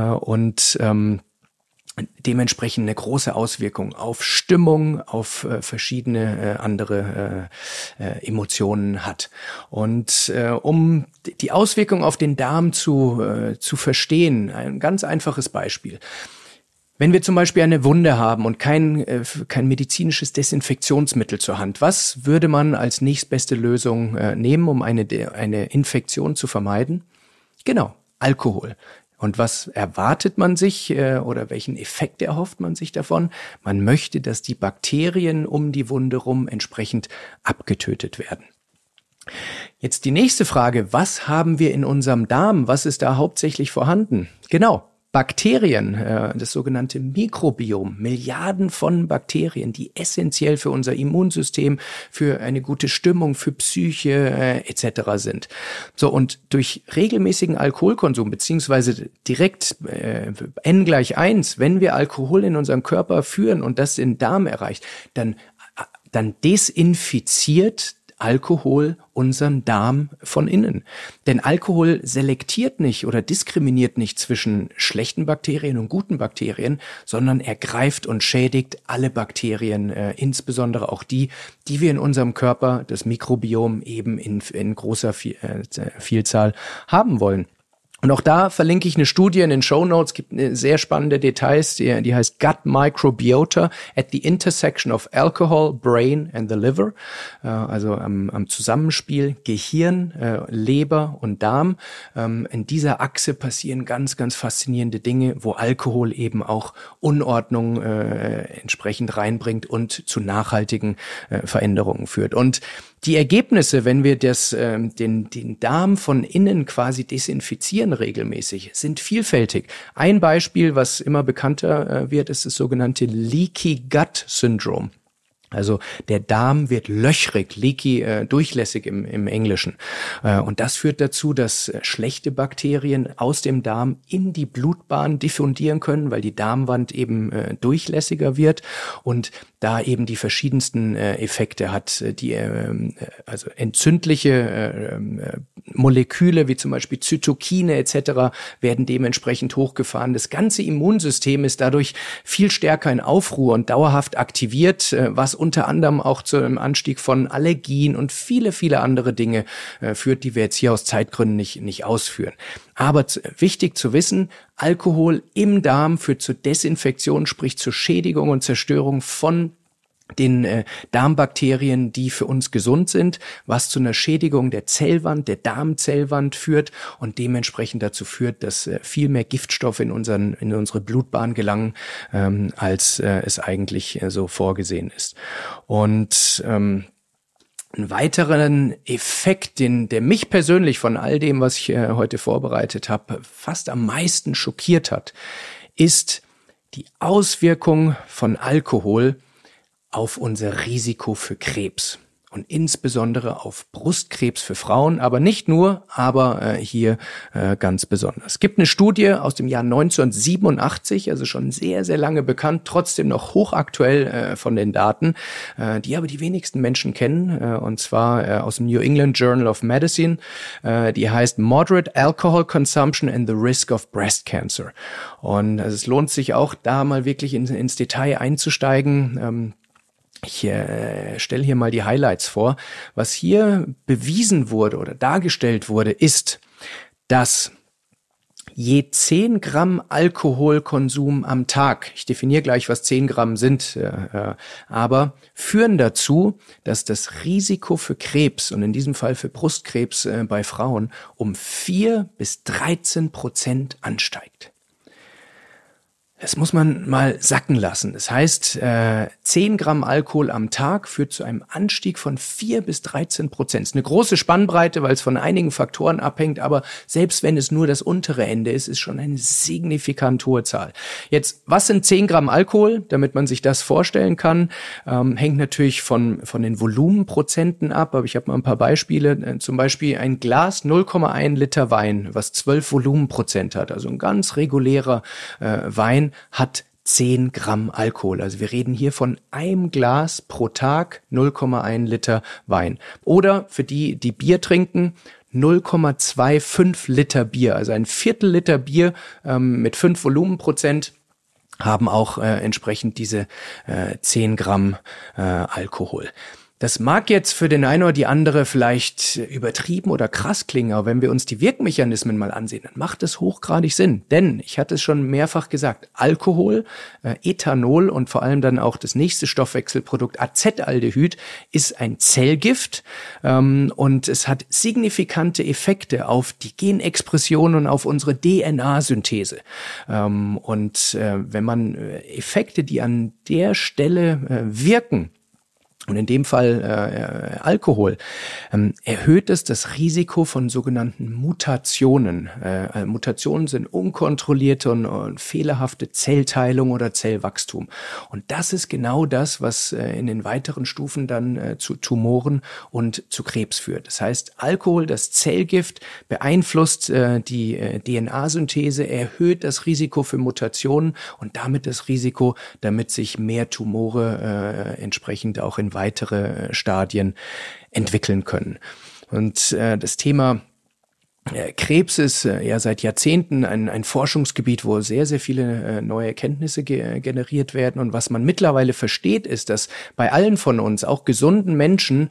und dementsprechend eine große Auswirkung auf Stimmung, auf verschiedene andere Emotionen hat. Und um die Auswirkung auf den Darm zu verstehen, ein ganz einfaches Beispiel. Wenn wir zum Beispiel eine Wunde haben und kein medizinisches Desinfektionsmittel zur Hand, was würde man als nächstbeste Lösung nehmen, um eine Infektion zu vermeiden? Genau, Alkohol. Und was erwartet man sich oder welchen Effekt erhofft man sich davon? Man möchte, dass die Bakterien um die Wunde rum entsprechend abgetötet werden. Jetzt die nächste Frage, was haben wir in unserem Darm? Was ist da hauptsächlich vorhanden? Genau. Bakterien, das sogenannte Mikrobiom, Milliarden von Bakterien, die essentiell für unser Immunsystem, für eine gute Stimmung, für Psyche etc. sind. So, und durch regelmäßigen Alkoholkonsum beziehungsweise direkt N=1, wenn wir Alkohol in unserem Körper führen und das den Darm erreicht, dann desinfiziert Alkohol unseren Darm von innen. Denn Alkohol selektiert nicht oder diskriminiert nicht zwischen schlechten Bakterien und guten Bakterien, sondern er greift und schädigt alle Bakterien, insbesondere auch die wir in unserem Körper, das Mikrobiom, eben in großer Vielzahl haben wollen. Und auch da verlinke ich eine Studie in den Shownotes, gibt sehr spannende Details, die heißt Gut Microbiota at the Intersection of Alcohol, Brain and the Liver, also am Zusammenspiel Gehirn, Leber und Darm. In dieser Achse passieren ganz, ganz faszinierende Dinge, wo Alkohol eben auch Unordnung entsprechend reinbringt und zu nachhaltigen Veränderungen führt. Und die Ergebnisse, wenn wir den Darm von innen quasi desinfizieren regelmäßig, sind vielfältig. Ein Beispiel, was immer bekannter wird, ist das sogenannte Leaky Gut Syndrome. Also der Darm wird löchrig, leaky, durchlässig im Englischen. Und das führt dazu, dass schlechte Bakterien aus dem Darm in die Blutbahn diffundieren können, weil die Darmwand eben durchlässiger wird und da eben die verschiedensten Effekte hat, also entzündliche Moleküle wie zum Beispiel Zytokine etc. werden dementsprechend hochgefahren. Das ganze Immunsystem ist dadurch viel stärker in Aufruhr und dauerhaft aktiviert, was unter anderem auch zu einem Anstieg von Allergien und viele, viele andere Dinge führt, die wir jetzt hier aus Zeitgründen nicht ausführen. Aber wichtig zu wissen, Alkohol im Darm führt zur Desinfektion, sprich zur Schädigung und Zerstörung von den Darmbakterien, die für uns gesund sind, was zu einer Schädigung der Zellwand, der Darmzellwand führt und dementsprechend dazu führt, dass viel mehr Giftstoffe in unsere Blutbahn gelangen, als es eigentlich so vorgesehen ist. Und einen weiteren Effekt, der mich persönlich von all dem, was ich heute vorbereitet habe, fast am meisten schockiert hat, ist die Auswirkung von Alkohol auf unser Risiko für Krebs und insbesondere auf Brustkrebs für Frauen, aber nicht nur, aber hier ganz besonders. Es gibt eine Studie aus dem Jahr 1987, also schon sehr, sehr lange bekannt, trotzdem noch hochaktuell von den Daten, die aber die wenigsten Menschen kennen, und zwar aus dem New England Journal of Medicine, die heißt Moderate Alcohol Consumption and the Risk of Breast Cancer. Und also es lohnt sich auch, da mal wirklich ins Detail einzusteigen. Ich stelle hier mal die Highlights vor. Was hier bewiesen wurde oder dargestellt wurde, ist, dass je 10 Gramm Alkoholkonsum am Tag, ich definiere gleich, was 10 Gramm sind, aber führen dazu, dass das Risiko für Krebs und in diesem Fall für Brustkrebs bei Frauen um 4-13% ansteigt. Das muss man mal sacken lassen. Das heißt, 10 Gramm Alkohol am Tag führt zu einem Anstieg von 4-13%. Das ist eine große Spannbreite, weil es von einigen Faktoren abhängt, aber selbst wenn es nur das untere Ende ist, ist schon eine signifikant hohe Zahl. Jetzt, was sind 10 Gramm Alkohol? Damit man sich das vorstellen kann, hängt natürlich von den Volumenprozenten ab, aber ich habe mal ein paar Beispiele. Zum Beispiel ein Glas 0,1 Liter Wein, was 12 Volumenprozent hat, also ein ganz regulärer Wein, hat 10 Gramm Alkohol. Also wir reden hier von einem Glas pro Tag, 0,1 Liter Wein. Oder für die Bier trinken, 0,25 Liter Bier. Also ein Viertel Liter Bier mit 5 Volumenprozent haben auch entsprechend diese 10 Gramm Alkohol. Das mag jetzt für den einen oder die andere vielleicht übertrieben oder krass klingen, aber wenn wir uns die Wirkmechanismen mal ansehen, dann macht es hochgradig Sinn. Denn, ich hatte es schon mehrfach gesagt, Alkohol, Ethanol und vor allem dann auch das nächste Stoffwechselprodukt Acetaldehyd ist ein Zellgift und es hat signifikante Effekte auf die Genexpression und auf unsere DNA-Synthese. Wenn man Effekte, die an der Stelle wirken, und in dem Fall Alkohol, erhöht es das Risiko von sogenannten Mutationen. Mutationen sind unkontrollierte und fehlerhafte Zellteilung oder Zellwachstum. Und das ist genau das, was in den weiteren Stufen dann zu Tumoren und zu Krebs führt. Das heißt, Alkohol, das Zellgift, beeinflusst die DNA-Synthese, erhöht das Risiko für Mutationen und damit das Risiko, damit sich mehr Tumore entsprechend auch in weitere Stadien entwickeln können. Und das Thema Krebs ist ja seit Jahrzehnten ein Forschungsgebiet, wo sehr, sehr viele neue Erkenntnisse generiert werden. Und was man mittlerweile versteht, ist, dass bei allen von uns, auch gesunden Menschen,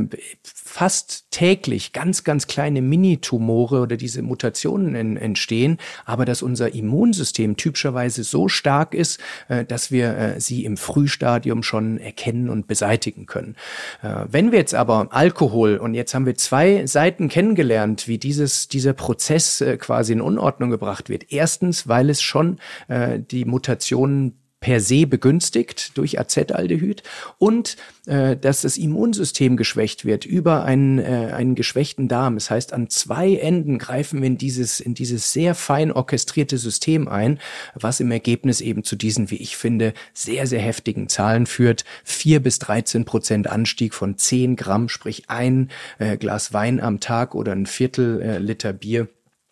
fast täglich ganz, ganz kleine Mini-Tumore oder diese Mutationen entstehen, aber dass unser Immunsystem typischerweise so stark ist, dass wir sie im Frühstadium schon erkennen und beseitigen können. Wenn wir jetzt aber Alkohol, und jetzt haben wir 2 Seiten kennengelernt, wie dieser Prozess quasi in Unordnung gebracht wird. Erstens, weil es schon die Mutationen per se begünstigt durch Acetaldehyd und dass das Immunsystem geschwächt wird über einen geschwächten Darm. Das heißt, an 2 Enden greifen wir in dieses sehr fein orchestrierte System ein, was im Ergebnis eben zu diesen, wie ich finde, sehr, sehr heftigen Zahlen führt. 4-13% Anstieg von 10 Gramm, sprich ein Glas Wein am Tag oder ein Viertel Liter Bier,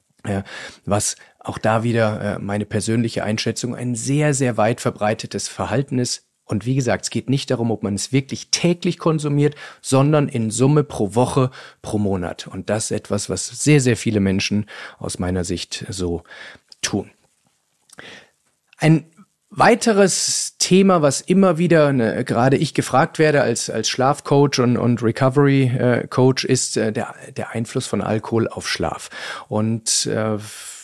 was auch da wieder meine persönliche Einschätzung ein sehr, sehr weit verbreitetes Verhalten ist. Und wie gesagt, es geht nicht darum, ob man es wirklich täglich konsumiert, sondern in Summe pro Woche, pro Monat. Und das ist etwas, was sehr, sehr viele Menschen aus meiner Sicht so tun. Ein weiteres Thema, was immer wieder gerade ich gefragt werde als Schlafcoach und Recovery Coach, ist der Einfluss von Alkohol auf Schlaf. Und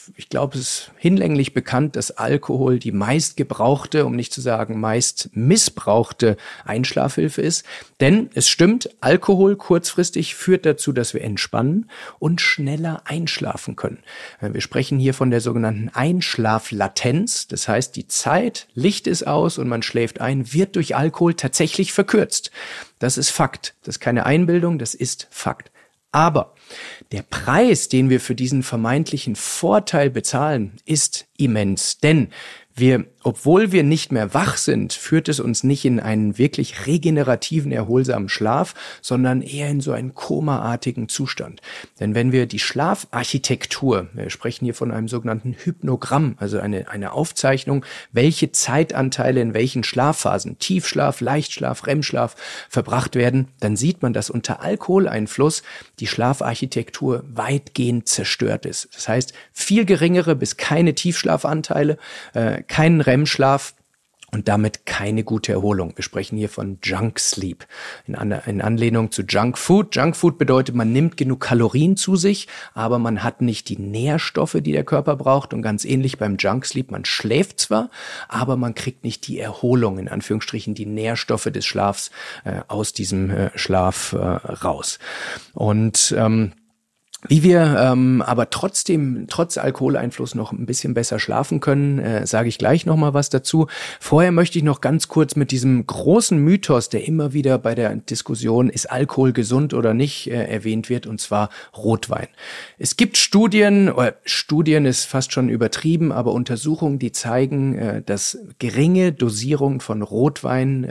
ich glaube, es ist hinlänglich bekannt, dass Alkohol die meistgebrauchte, um nicht zu sagen meist missbrauchte Einschlafhilfe ist. Denn es stimmt, Alkohol kurzfristig führt dazu, dass wir entspannen und schneller einschlafen können. Wir sprechen hier von der sogenannten Einschlaflatenz. Das heißt, die Zeit, Licht ist aus und man schläft ein, wird durch Alkohol tatsächlich verkürzt. Das ist Fakt. Das ist keine Einbildung, das ist Fakt. Aber der Preis, den wir für diesen vermeintlichen Vorteil bezahlen, ist immens. Denn obwohl wir nicht mehr wach sind, führt es uns nicht in einen wirklich regenerativen, erholsamen Schlaf, sondern eher in so einen komaartigen Zustand. Denn wenn wir die Schlafarchitektur, wir sprechen hier von einem sogenannten Hypnogramm, also eine Aufzeichnung, welche Zeitanteile in welchen Schlafphasen, Tiefschlaf, Leichtschlaf, REM-Schlaf verbracht werden, dann sieht man, dass unter Alkoholeinfluss die Schlafarchitektur weitgehend zerstört ist. Das heißt, viel geringere bis keine Tiefschlafanteile, keinen REM-Schlaf und damit keine gute Erholung. Wir sprechen hier von Junk Sleep, in Anlehnung zu Junk Food. Junk Food bedeutet, man nimmt genug Kalorien zu sich, aber man hat nicht die Nährstoffe, die der Körper braucht. Und ganz ähnlich beim Junk Sleep, man schläft zwar, aber man kriegt nicht die Erholung, in Anführungsstrichen die Nährstoffe des Schlafs aus diesem Schlaf raus. Und wie wir aber trotzdem, trotz Alkoholeinfluss noch ein bisschen besser schlafen können, sage ich gleich nochmal was dazu. Vorher möchte ich noch ganz kurz mit diesem großen Mythos, der immer wieder bei der Diskussion, ist Alkohol gesund oder nicht, erwähnt wird, und zwar Rotwein. Es gibt Studien ist fast schon übertrieben, aber Untersuchungen, die zeigen, dass geringe Dosierungen von Rotwein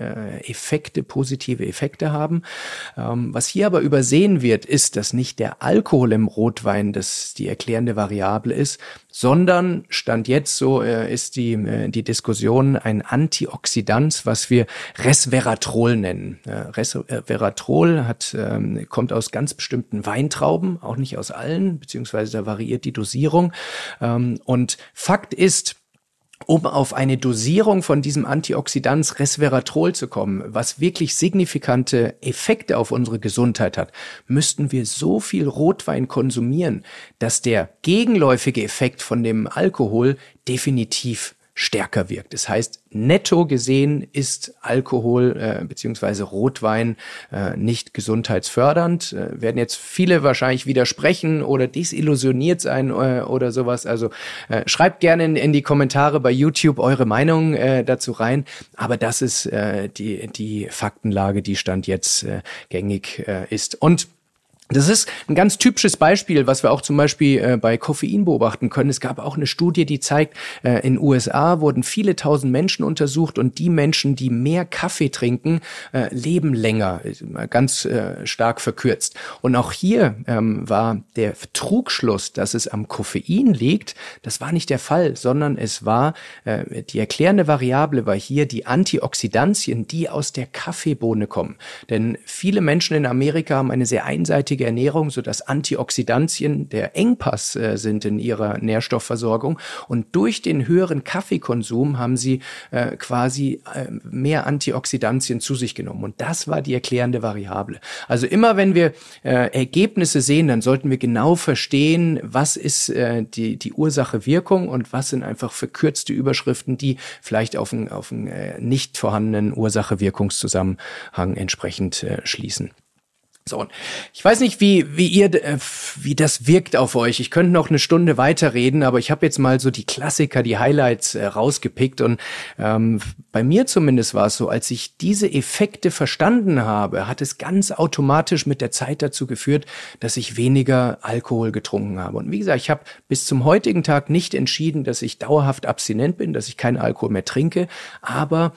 positive Effekte haben. Was hier aber übersehen wird, ist, dass nicht der Alkohol im Rotwein das die erklärende Variable ist, sondern Stand jetzt so ist die Diskussion ein Antioxidant, was wir Resveratrol nennen. Resveratrol kommt aus ganz bestimmten Weintrauben, auch nicht aus allen, beziehungsweise da variiert die Dosierung. Und Fakt ist, um auf eine Dosierung von diesem Antioxidans Resveratrol zu kommen, was wirklich signifikante Effekte auf unsere Gesundheit hat, müssten wir so viel Rotwein konsumieren, dass der gegenläufige Effekt von dem Alkohol definitiv stärker wirkt. Das heißt, netto gesehen ist Alkohol beziehungsweise Rotwein nicht gesundheitsfördernd. Werden jetzt viele wahrscheinlich widersprechen oder desillusioniert sein oder sowas. Also schreibt gerne in die Kommentare bei YouTube eure Meinung dazu rein. Aber das ist die Faktenlage, die Stand jetzt gängig ist. Und das ist ein ganz typisches Beispiel, was wir auch zum Beispiel bei Koffein beobachten können. Es gab auch eine Studie, die zeigt, in USA wurden viele tausend Menschen untersucht und die Menschen, die mehr Kaffee trinken, leben länger, ganz stark verkürzt. Und auch hier war der Trugschluss, dass es am Koffein liegt, das war nicht der Fall, sondern es war, die erklärende Variable war hier die Antioxidantien, die aus der Kaffeebohne kommen. Denn viele Menschen in Amerika haben eine sehr einseitige Ernährung, sodass Antioxidantien der Engpass sind in ihrer Nährstoffversorgung. Und durch den höheren Kaffeekonsum haben sie quasi mehr Antioxidantien zu sich genommen. Und das war die erklärende Variable. Also immer wenn wir Ergebnisse sehen, dann sollten wir genau verstehen, was ist die Ursache-Wirkung und was sind einfach verkürzte Überschriften, die vielleicht auf einen nicht vorhandenen Ursache-Wirkungszusammenhang entsprechend schließen. So, und ich weiß nicht, wie das wirkt auf euch. Ich könnte noch eine Stunde weiterreden, aber ich habe jetzt mal so die Klassiker, die Highlights rausgepickt. Und bei mir zumindest war es so, als ich diese Effekte verstanden habe, hat es ganz automatisch mit der Zeit dazu geführt, dass ich weniger Alkohol getrunken habe. Und wie gesagt, ich habe bis zum heutigen Tag nicht entschieden, dass ich dauerhaft abstinent bin, dass ich keinen Alkohol mehr trinke, aber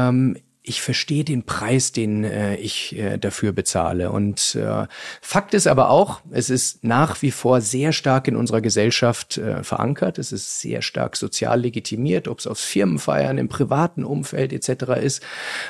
ich verstehe den Preis, den ich dafür bezahle. Und Fakt ist aber auch, es ist nach wie vor sehr stark in unserer Gesellschaft verankert. Es ist sehr stark sozial legitimiert, ob es auf Firmenfeiern, im privaten Umfeld etc. ist.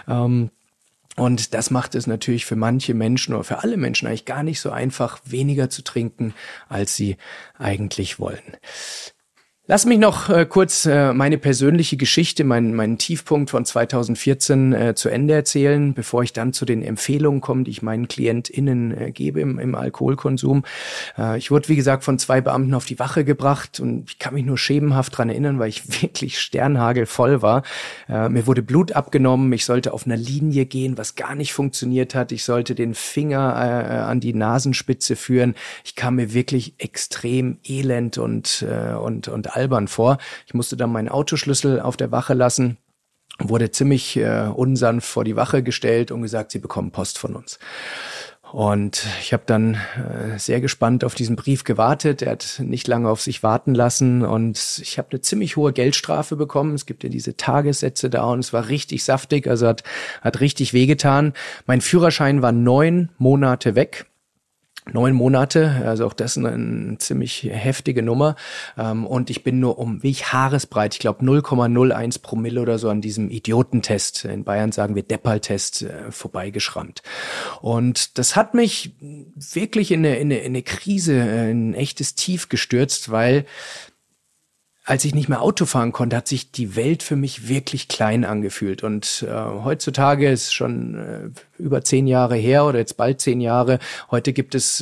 Und das macht es natürlich für manche Menschen oder für alle Menschen eigentlich gar nicht so einfach, weniger zu trinken, als sie eigentlich wollen. Lass mich noch kurz meine persönliche Geschichte, meinen Tiefpunkt von 2014 zu Ende erzählen, bevor ich dann zu den Empfehlungen komme, die ich meinen KlientInnen gebe im Alkoholkonsum. Ich wurde, wie gesagt, von 2 Beamten auf die Wache gebracht und ich kann mich nur schemenhaft dran erinnern, weil ich wirklich sternhagelvoll war. Mir wurde Blut abgenommen, ich sollte auf einer Linie gehen, was gar nicht funktioniert hat. Ich sollte den Finger an die Nasenspitze führen. Ich kam mir wirklich extrem elend und albern vor. Ich musste dann meinen Autoschlüssel auf der Wache lassen, wurde ziemlich unsanft vor die Wache gestellt und gesagt, Sie bekommen Post von uns. Und ich habe dann sehr gespannt auf diesen Brief gewartet. Er hat nicht lange auf sich warten lassen und ich habe eine ziemlich hohe Geldstrafe bekommen. Es gibt ja diese Tagessätze da und es war richtig saftig, also hat richtig wehgetan. Mein Führerschein war 9 Monate weg. 9 Monate, also auch das eine ziemlich heftige Nummer. Und ich bin nur wie ich haaresbreit, ich glaube 0,01 Promille oder so an diesem Idiotentest, in Bayern sagen wir Depperl-Test, vorbeigeschrammt. Und das hat mich wirklich in eine Krise, in ein echtes Tief gestürzt, weil als ich nicht mehr Auto fahren konnte, hat sich die Welt für mich wirklich klein angefühlt. Und heutzutage ist schon über 10 Jahre her oder jetzt bald 10 Jahre. Heute gibt es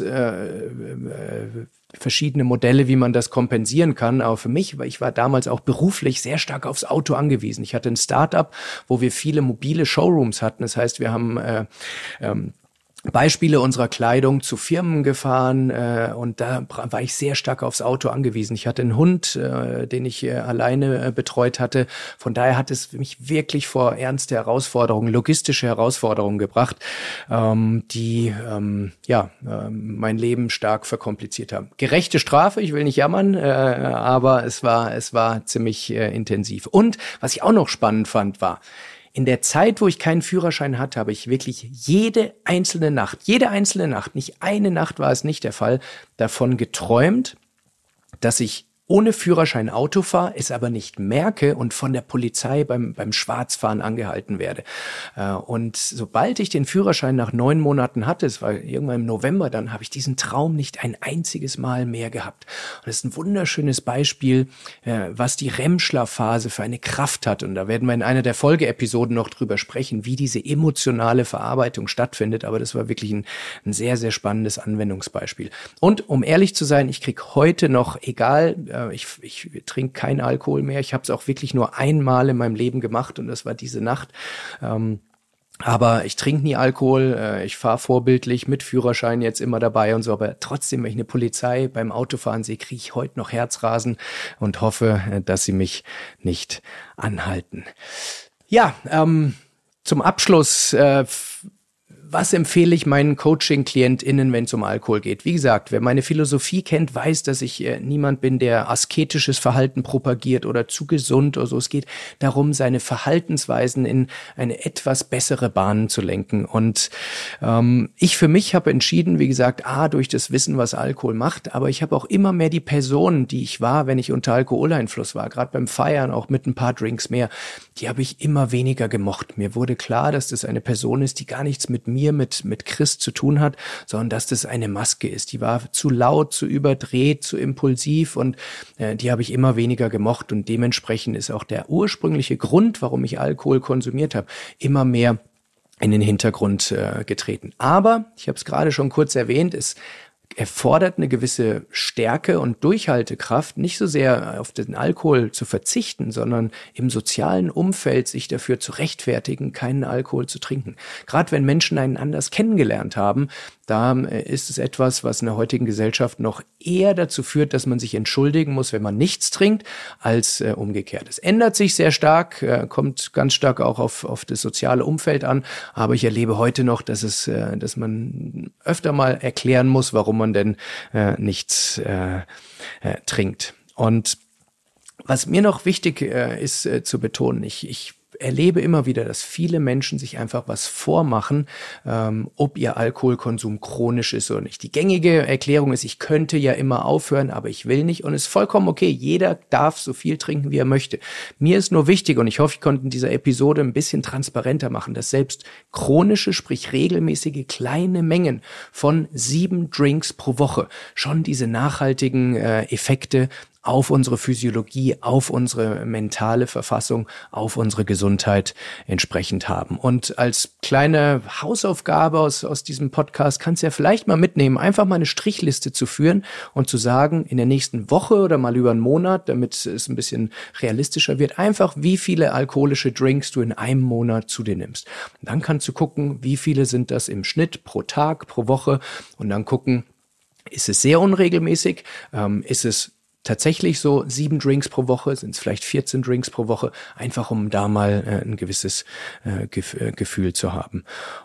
verschiedene Modelle, wie man das kompensieren kann. Aber für mich, weil ich war damals auch beruflich sehr stark aufs Auto angewiesen. Ich hatte ein Start-up, wo wir viele mobile Showrooms hatten. Das heißt, wir haben Beispiele unserer Kleidung zu Firmen gefahren und da war ich sehr stark aufs Auto angewiesen. Ich hatte einen Hund, den ich alleine betreut hatte. Von daher hat es mich wirklich vor ernste Herausforderungen, logistische Herausforderungen gebracht, die mein Leben stark verkompliziert haben. Gerechte Strafe, ich will nicht jammern, aber es war ziemlich intensiv. Und was ich auch noch spannend fand, war, in der Zeit, wo ich keinen Führerschein hatte, habe ich wirklich jede einzelne Nacht, nicht eine Nacht war es nicht der Fall, davon geträumt, dass ich ohne Führerschein Auto fahre, es aber nicht merke und von der Polizei beim Schwarzfahren angehalten werde. Und sobald ich den Führerschein nach 9 Monaten hatte, es war irgendwann im November, dann habe ich diesen Traum nicht ein einziges Mal mehr gehabt. Und das ist ein wunderschönes Beispiel, was die REM-Schlafphase für eine Kraft hat. Und da werden wir in einer der Folgeepisoden noch drüber sprechen, wie diese emotionale Verarbeitung stattfindet. Aber das war wirklich ein sehr, sehr spannendes Anwendungsbeispiel. Und um ehrlich zu sein, ich kriege heute noch, egal, ich trinke keinen Alkohol mehr. Ich habe es auch wirklich nur einmal in meinem Leben gemacht und das war diese Nacht. Aber ich trinke nie Alkohol. Ich fahre vorbildlich mit Führerschein jetzt immer dabei und so. Aber trotzdem, wenn ich eine Polizei beim Autofahren sehe, kriege ich heute noch Herzrasen und hoffe, dass sie mich nicht anhalten. Ja, zum Abschluss was empfehle ich meinen Coaching-KlientInnen, wenn es um Alkohol geht? Wie gesagt, wer meine Philosophie kennt, weiß, dass ich niemand bin, der asketisches Verhalten propagiert oder zu gesund oder so. Es geht darum, seine Verhaltensweisen in eine etwas bessere Bahn zu lenken. Und ich für mich habe entschieden, wie gesagt, durch das Wissen, was Alkohol macht, aber ich habe auch immer mehr die Person, die ich war, wenn ich unter Alkoholeinfluss war, gerade beim Feiern, auch mit ein paar Drinks mehr, die habe ich immer weniger gemocht. Mir wurde klar, dass das eine Person ist, die gar nichts mit mir, mit Chris zu tun hat, sondern dass das eine Maske ist. Die war zu laut, zu überdreht, zu impulsiv und die habe ich immer weniger gemocht und dementsprechend ist auch der ursprüngliche Grund, warum ich Alkohol konsumiert habe, immer mehr in den Hintergrund getreten. Aber, ich habe es gerade schon kurz erwähnt, es erfordert eine gewisse Stärke und Durchhaltekraft, nicht so sehr auf den Alkohol zu verzichten, sondern im sozialen Umfeld sich dafür zu rechtfertigen, keinen Alkohol zu trinken. Gerade wenn Menschen einen anders kennengelernt haben, da ist es etwas, was in der heutigen Gesellschaft noch eher dazu führt, dass man sich entschuldigen muss, wenn man nichts trinkt, als umgekehrt. Es ändert sich sehr stark, kommt ganz stark auch auf das soziale Umfeld an, aber ich erlebe heute noch, dass man öfter mal erklären muss, warum man denn nichts trinkt. Und was mir noch wichtig ist zu betonen, ich erlebe immer wieder, dass viele Menschen sich einfach was vormachen, ob ihr Alkoholkonsum chronisch ist oder nicht. Die gängige Erklärung ist, ich könnte ja immer aufhören, aber ich will nicht. Und es ist vollkommen okay. Jeder darf so viel trinken, wie er möchte. Mir ist nur wichtig, und ich hoffe, ich konnte in dieser Episode ein bisschen transparenter machen, dass selbst chronische, sprich regelmäßige kleine Mengen von 7 Drinks pro Woche schon diese nachhaltigen Effekte auf unsere Physiologie, auf unsere mentale Verfassung, auf unsere Gesundheit entsprechend haben. Und als kleine Hausaufgabe aus diesem Podcast kannst du ja vielleicht mal mitnehmen, einfach mal eine Strichliste zu führen und zu sagen, in der nächsten Woche oder mal über einen Monat, damit es ein bisschen realistischer wird, einfach wie viele alkoholische Drinks du in einem Monat zu dir nimmst. Und dann kannst du gucken, wie viele sind das im Schnitt pro Tag, pro Woche und dann gucken, ist es sehr unregelmäßig, ist es tatsächlich so 7 Drinks pro Woche, sind es vielleicht 14 Drinks pro Woche, einfach um da mal ein gewisses Gefühl zu haben.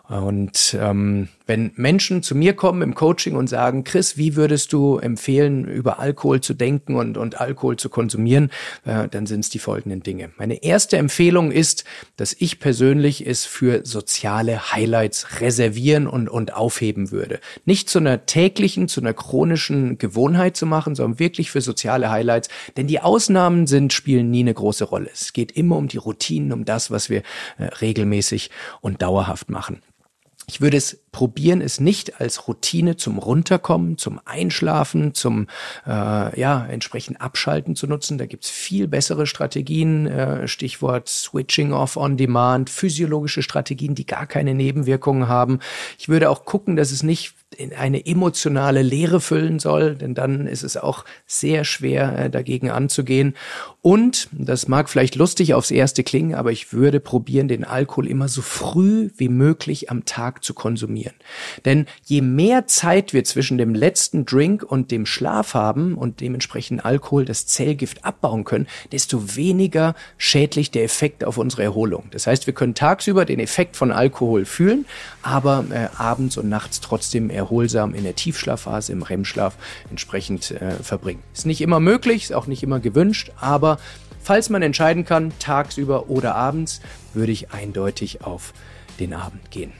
Und wenn Menschen zu mir kommen im Coaching und sagen, Chris, wie würdest du empfehlen, über Alkohol zu denken und Alkohol zu konsumieren, dann sind es die folgenden Dinge. Meine erste Empfehlung ist, dass ich persönlich es für soziale Highlights reservieren und aufheben würde. Nicht zu einer täglichen, zu einer chronischen Gewohnheit zu machen, sondern wirklich für soziale Highlights, denn die Ausnahmen spielen nie eine große Rolle. Es geht immer um die Routinen, um das, was wir regelmäßig und dauerhaft machen. Ich würde es probieren, es nicht als Routine zum Runterkommen, zum Einschlafen, zum entsprechend Abschalten zu nutzen. Da gibt's viel bessere Strategien, Stichwort Switching off on demand, physiologische Strategien, die gar keine Nebenwirkungen haben. Ich würde auch gucken, dass es nicht in eine emotionale Leere füllen soll, denn dann ist es auch sehr schwer, dagegen anzugehen. Und, das mag vielleicht lustig aufs Erste klingen, aber ich würde probieren, den Alkohol immer so früh wie möglich am Tag zu konsumieren. Denn je mehr Zeit wir zwischen dem letzten Drink und dem Schlaf haben und dementsprechend Alkohol das Zellgift abbauen können, desto weniger schädlich der Effekt auf unsere Erholung. Das heißt, wir können tagsüber den Effekt von Alkohol fühlen, aber abends und nachts trotzdem erholsam in der Tiefschlafphase, im REM-Schlaf entsprechend verbringen. Ist nicht immer möglich, ist auch nicht immer gewünscht, aber falls man entscheiden kann, tagsüber oder abends, würde ich eindeutig auf den Abend gehen.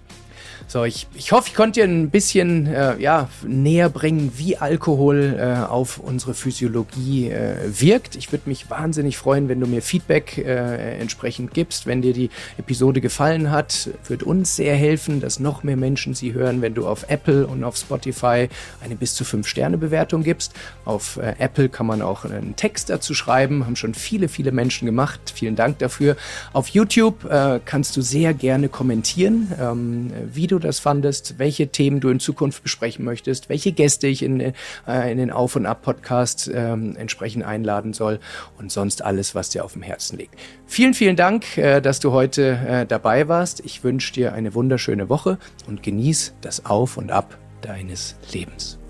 So, ich hoffe, ich konnte dir ein bisschen näher bringen, wie Alkohol auf unsere Physiologie wirkt. Ich würde mich wahnsinnig freuen, wenn du mir Feedback entsprechend gibst. Wenn dir die Episode gefallen hat, wird uns sehr helfen, dass noch mehr Menschen sie hören, wenn du auf Apple und auf Spotify eine bis zu 5-Sterne-Bewertung gibst. Auf Apple kann man auch einen Text dazu schreiben, haben schon viele, viele Menschen gemacht. Vielen Dank dafür. Auf YouTube kannst du sehr gerne kommentieren, wie du das fandest, welche Themen du in Zukunft besprechen möchtest, welche Gäste ich in den Auf- und Ab-Podcast entsprechend einladen soll und sonst alles, was dir auf dem Herzen liegt. Vielen, vielen Dank, dass du heute dabei warst. Ich wünsche dir eine wunderschöne Woche und genieß das Auf und Ab deines Lebens.